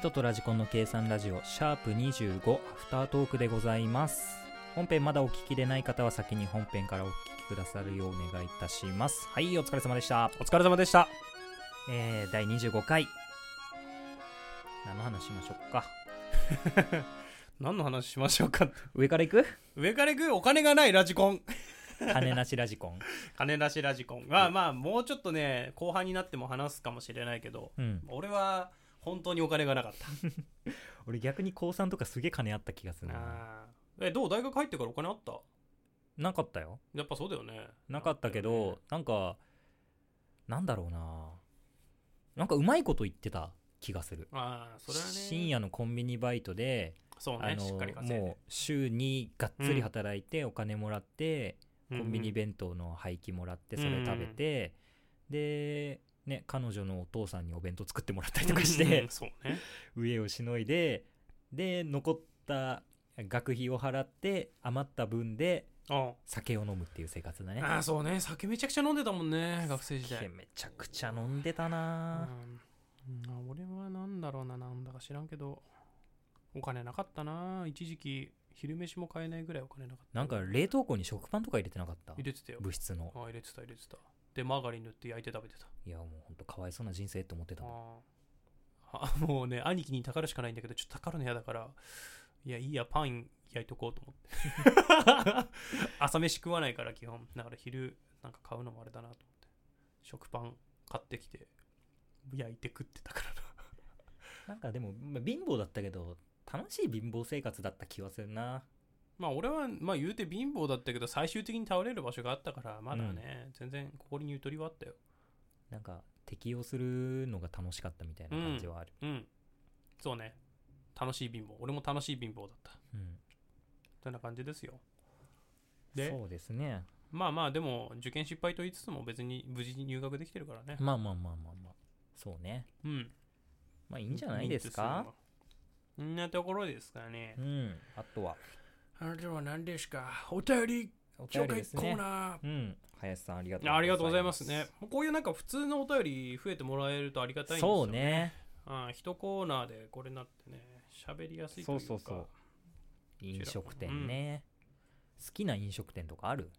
トとラジコンの計算ラジオシャープ25アフタートークでございます。本編まだお聞きでない方は先に本編からお聞きくださるようお願いいたします。はい、お疲れ様でした。 お疲れ様でした。 第25回何の話しましょうか何の話しましょうか上から行くお金がないラジコン金なしラジコン金なしラジコンはまあもうちょっとね後半になっても話すかもしれないけど、俺は本当にお金がなかった俺逆に高3とかすげえ金あった気がするな。 どう大学入ってからお金あった？ なかったよ。 やっぱそうだよね。 なかったけど、なんかなんだろうな、なんかうまいこと言ってた気がする。 それはね、 深夜のコンビニバイトでそうね、しっかり稼いでもう週にがっつり働いてお金もらって、コンビニ弁当の廃棄もらってそれ食べて、でね、彼女のお父さんにお弁当作ってもらったりとかしてそうね、 上をしのいで、で残った学費を払って余った分で酒を飲むっていう生活だね。 そうね、酒めちゃくちゃ飲んでたもんね、学生時代。 めちゃくちゃ飲んでたな。 俺はなんだろうな、なんだか知らんけどお金なかったな。一時期昼飯も買えないぐらいお金なかった。 なんか冷凍庫に食パンとか入れてなかった？ 入れてたよ、 物質の。 入れてたでマーガリン塗って焼いて食べてた。 いやもうほんとかわいそうな人生って思ってたもん。もうね、兄貴にたかるしかないんだけど、ちょっとたかるの嫌だから、いいやパン焼いとこうと思って朝飯食わないから基本だから、昼なんか買うのもあれだなと思って食パン買ってきて焼いて食ってたからなんかでも、貧乏だったけど楽しい貧乏生活だった気はするな。 俺は言うて貧乏だったけど最終的に倒れる場所があったからまだね、全然心にゆとりはあったよ。 なんか適応するのが楽しかったみたいな感じはある。 そうね、楽しい貧乏。俺も楽しい貧乏だった。そんな感じですよ。で、 そうですね。 でも受験失敗と言いつつも別に無事に入学できてるからね。 そうね。いいんじゃないですか。 そんなところですかね。 あとは何ですか。お便り紹介コーナー。 林さんありがとうございますね。 こういうなんか普通のお便り増えてもらえるとありがたいんですよね。そうね。一コーナーでこれなってね、喋りやすいというか。そう飲食店ね、好きな飲食店とかある？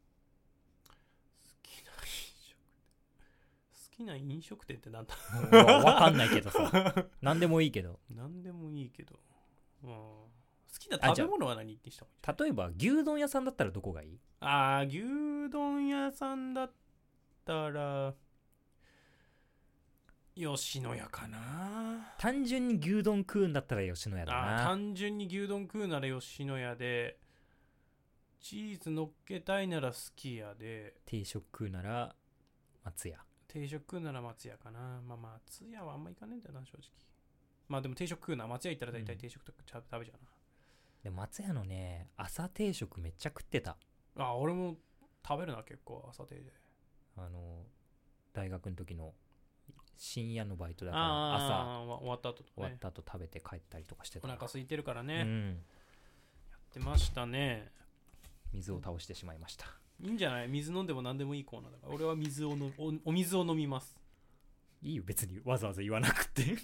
好きな飲食店ってなんだわかんないけどさ何でもいいけど好きな食べ物は何ってしたもん。例えば牛丼屋さんだったらどこがいい？ 牛丼屋さんだったら吉野家かな。 単純に牛丼食うんだったら吉野家だな。 単純に牛丼食うなら吉野家で、チーズ乗っけたいならすき家で、 定食食うなら松屋。 定食食うなら松屋かな。松屋はあんま行かねえんだよな正直。でも定食食うな、松屋行ったら大体定食食べちゃうな。 でも松屋のね朝定食めっちゃ食ってた。 俺も食べるな結構朝定で。 大学の時の深夜のバイトだから朝終わった後とか、 終わった後食べて帰ったりとかしてた。 お腹空いてるからね、やってましたね。 水を倒してしまいました。 いいんじゃない？水飲んでも何でもいいコーナーだから。俺はお水を飲みます。 いいよ別にわざわざ言わなくて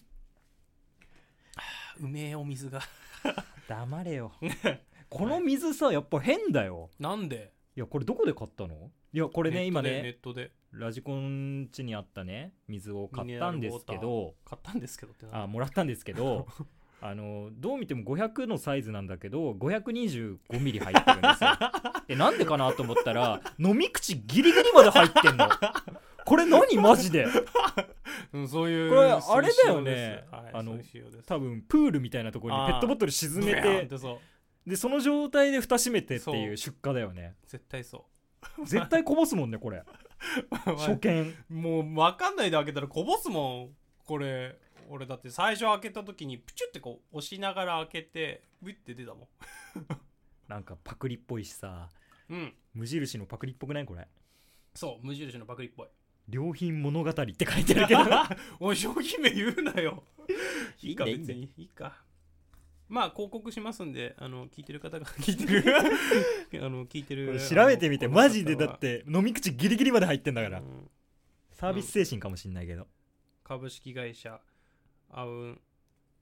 うめえお水が黙れよこの水さやっぱ変だよ。 なんで？ いやこれどこで買ったの？いやこれね今ねネットでラジコン家にあったね水を買ったんですけどってもらったんですけどどう見ても500のサイズなんだけど525ミリ入ってるんですよなんでかなと思ったら飲み口ギリギリまで入ってんのこれ何マジでそういうこれあれだよね、多分プールみたいなところにペットボトル沈めてでその状態で蓋閉めてっていう出荷だよね。 絶対そう絶対こぼすもんねこれ初見もう分かんないで開けたらこぼすもんこれ。俺だって最初開けた時にプチュってこう押しながら開けてブッて出たもんなんかパクリっぽいしさ、無印のパクリっぽくないこれ？ そう無印のパクリっぽい。 良品物語って書いてあるけどおい商品名言うなよいいか別にいいか。広告しますんで聞いてる方が聞いてる調べてみてマジで。だって飲み口ギリギリまで入ってんだから、サービス精神かもしんないけど、 株式会社アウン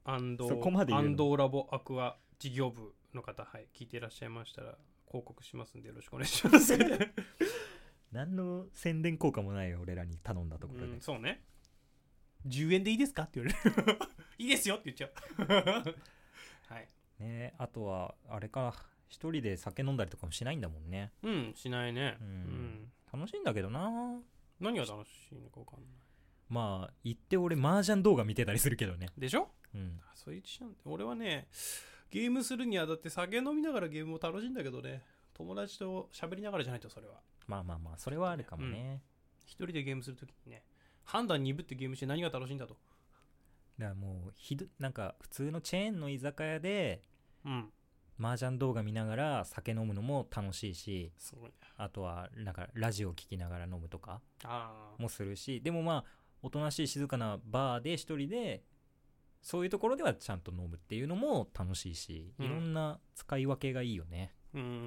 そこまで言うのアンドーラボアクア事業部の方、はい、聞いていらっしゃいましたら広告しますんでよろしくお願いします何の宣伝効果もないよ俺らに頼んだところで、 そうね、10円でいいですかって言われるいいですよって言っちゃうはいね。あとはあれか、一人で酒飲んだりとかもしないんだもんね。 しないね、 楽しいんだけどな。 何が楽しいのか分かんない。 まあ言って俺麻雀動画見てたりするけどね。 でしょ、そういう一緒なんだ。俺はねゲームするにはだって酒飲みながらゲームも楽しいんだけどね、友達と喋りながらじゃないとそれは。 まあそれはあるかもね。 一人でゲームするときにね、判断鈍ってゲームして何が楽しいんだと。 だからもうなんか普通のチェーンの居酒屋で、麻雀動画見ながら酒飲むのも楽しいし、 すごいね。 あとはなんかラジオ聞きながら飲むとかもするし、でもまあおとなしい静かなバーで一人でそういうところではちゃんと飲むっていうのも楽しいし、いろんな使い分けがいいよね。でも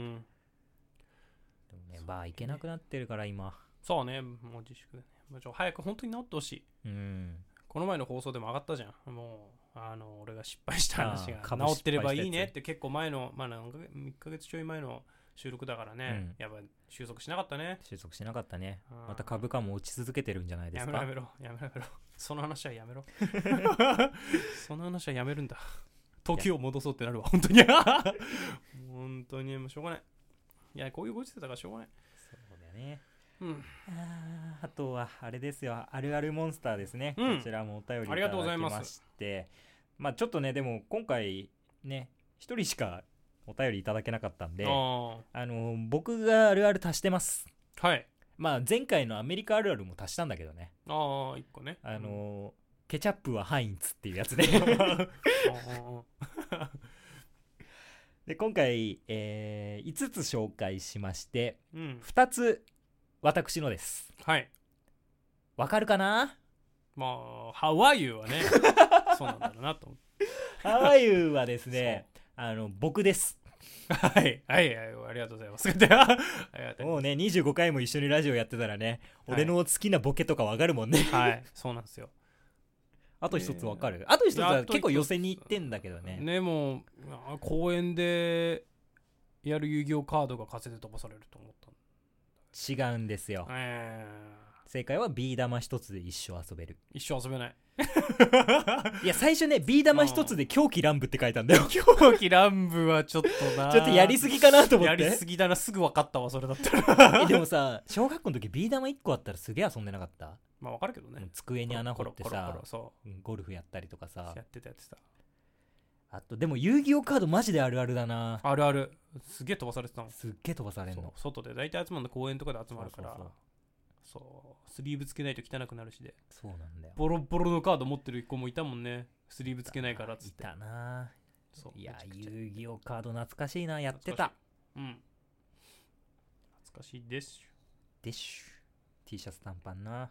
ね、バー行けなくなってるから今。 そうね、もう自粛でね。早く本当に治ってほしい。この前の放送でも上がったじゃん。もう俺が失敗した話が治ってればいいねって、結構前の、1ヶ月ちょい前の収録だからね、やっぱ収束しなかったね。 収束しなかったね。また株価も落ち続けてるんじゃないですか。 やめろその話はやめろその話はやめるんだ。時を戻そうってなるわ本当に本当にもうしょうがない。いやこういうご時世だからしょうがない。 そうだよね。あとはあれですよ、あるあるモンスターですね。こちらもお便りいただきまして、まあちょっとね、でも今回ね一人しかお便りいただけなかったんで、僕があるある足してます。 はい。 まあ前回のアメリカあるあるも足したんだけどね。 1個ね。 ケチャップはハインツっていうやつでで今回、5つ紹介しまして、2つ私のです。 はい。 わかるかな？ まあハワイはねそうなんだろうなと思って。 ハワイはですね僕です。 はい、ありがとうございますもうね25回も一緒にラジオやってたらね、俺の好きなボケとかわかるもんね。 はいそうなんですよ。 あと一つわかる？あと一つは結構寄せに行ってんだけどね。 ね、もう公園でやる遊戯王カードが風で飛ばされると思った。 違うんですよ。正解はビー玉一つで一生遊べる。 一生遊べないいや最初ねビー玉一つで狂気乱舞って書いたんだよ。 狂気乱舞はちょっとなちょっとやりすぎかなと思って。 やりすぎだな、すぐ分かったわそれだったらでもさ小学校の時ビー玉1個あったらすげえ遊んでなかった？ まあ分かるけどね。 机に穴掘ってさそうゴルフやったりとかさやってた。 あとでも遊戯王カードマジであるあるだな。 あるすげえ飛ばされてたもん。 すっげえ飛ばされんの。 外で大体集まるの公園とかで集まるから。そうスリーブつけないと汚くなるしで。 そうなんだよ。 ボロボロのカード持ってる子もいたもんね、スリーブつけないからっつって。 いたな。 そういや遊戯王カード懐かしいな。やってた。 懐かしいですでしゅ。 T シャツ短パンな。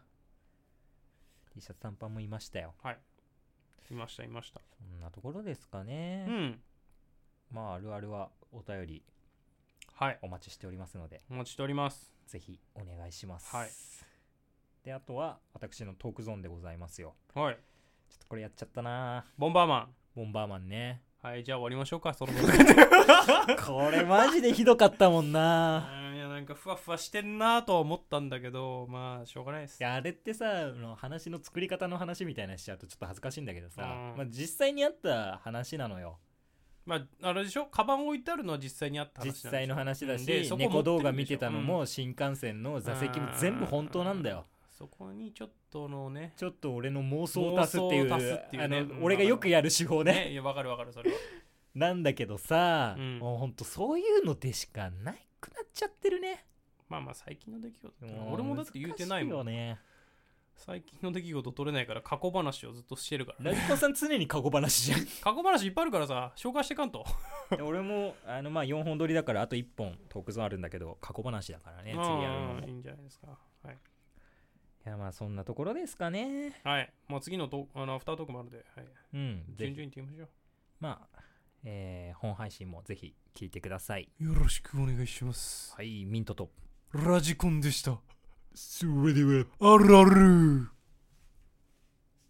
T シャツ短パンもいましたよ。 はい、いました。 そんなところですかね。まああるあるはお便りお待ちしておりますので、 お待ちしております。 ぜひお願いします。 はい。 であとは私のトークゾーンでございますよ。 はい。 ちょっとこれやっちゃったな。 ボンバーマンね。はい、じゃあ終わりましょうか。そろそろこれマジでひどかったもんな。 いやなんかふわふわしてんなとは思ったんだけど、まあしょうがないです。 いやあれってさ話の作り方の話みたいなしちゃうとちょっと恥ずかしいんだけどさ、まあ、実際にあった話なのよ。 まああれでしょ、カバン置いてあるのは実際にあった話なんでしょ。 実際の話だし、猫動画見てたのも新幹線の座席も全部本当なんだよ。 そこにちょっとのね、 ちょっと俺の妄想を足すっていう、ね、俺がよくやる手法ね。 いやわかるそれはなんだけどさ、もうほんとそういうのでしかなくなっちゃってるね。 まあ最近の出来事、俺もだって言うてないもんね。最近の出来事取れないから過去話をずっとしてるから、 ラジコンさん常に過去話じゃん。 過去話いっぱいあるからさ、紹介してかんと。 俺もまあ4本撮りだからあと1本トークゾーンあるんだけど、過去話だからね、次やるのもいいんじゃないですか。はい。 いやまあそんなところですかね。 はい。もう次のアフタートークもあるんで、はい。順々に行ってみましょう。 まあ、本配信もぜひ聞いてください。 よろしくお願いします。 はい、ミントとラジコンでした。 それではあるある。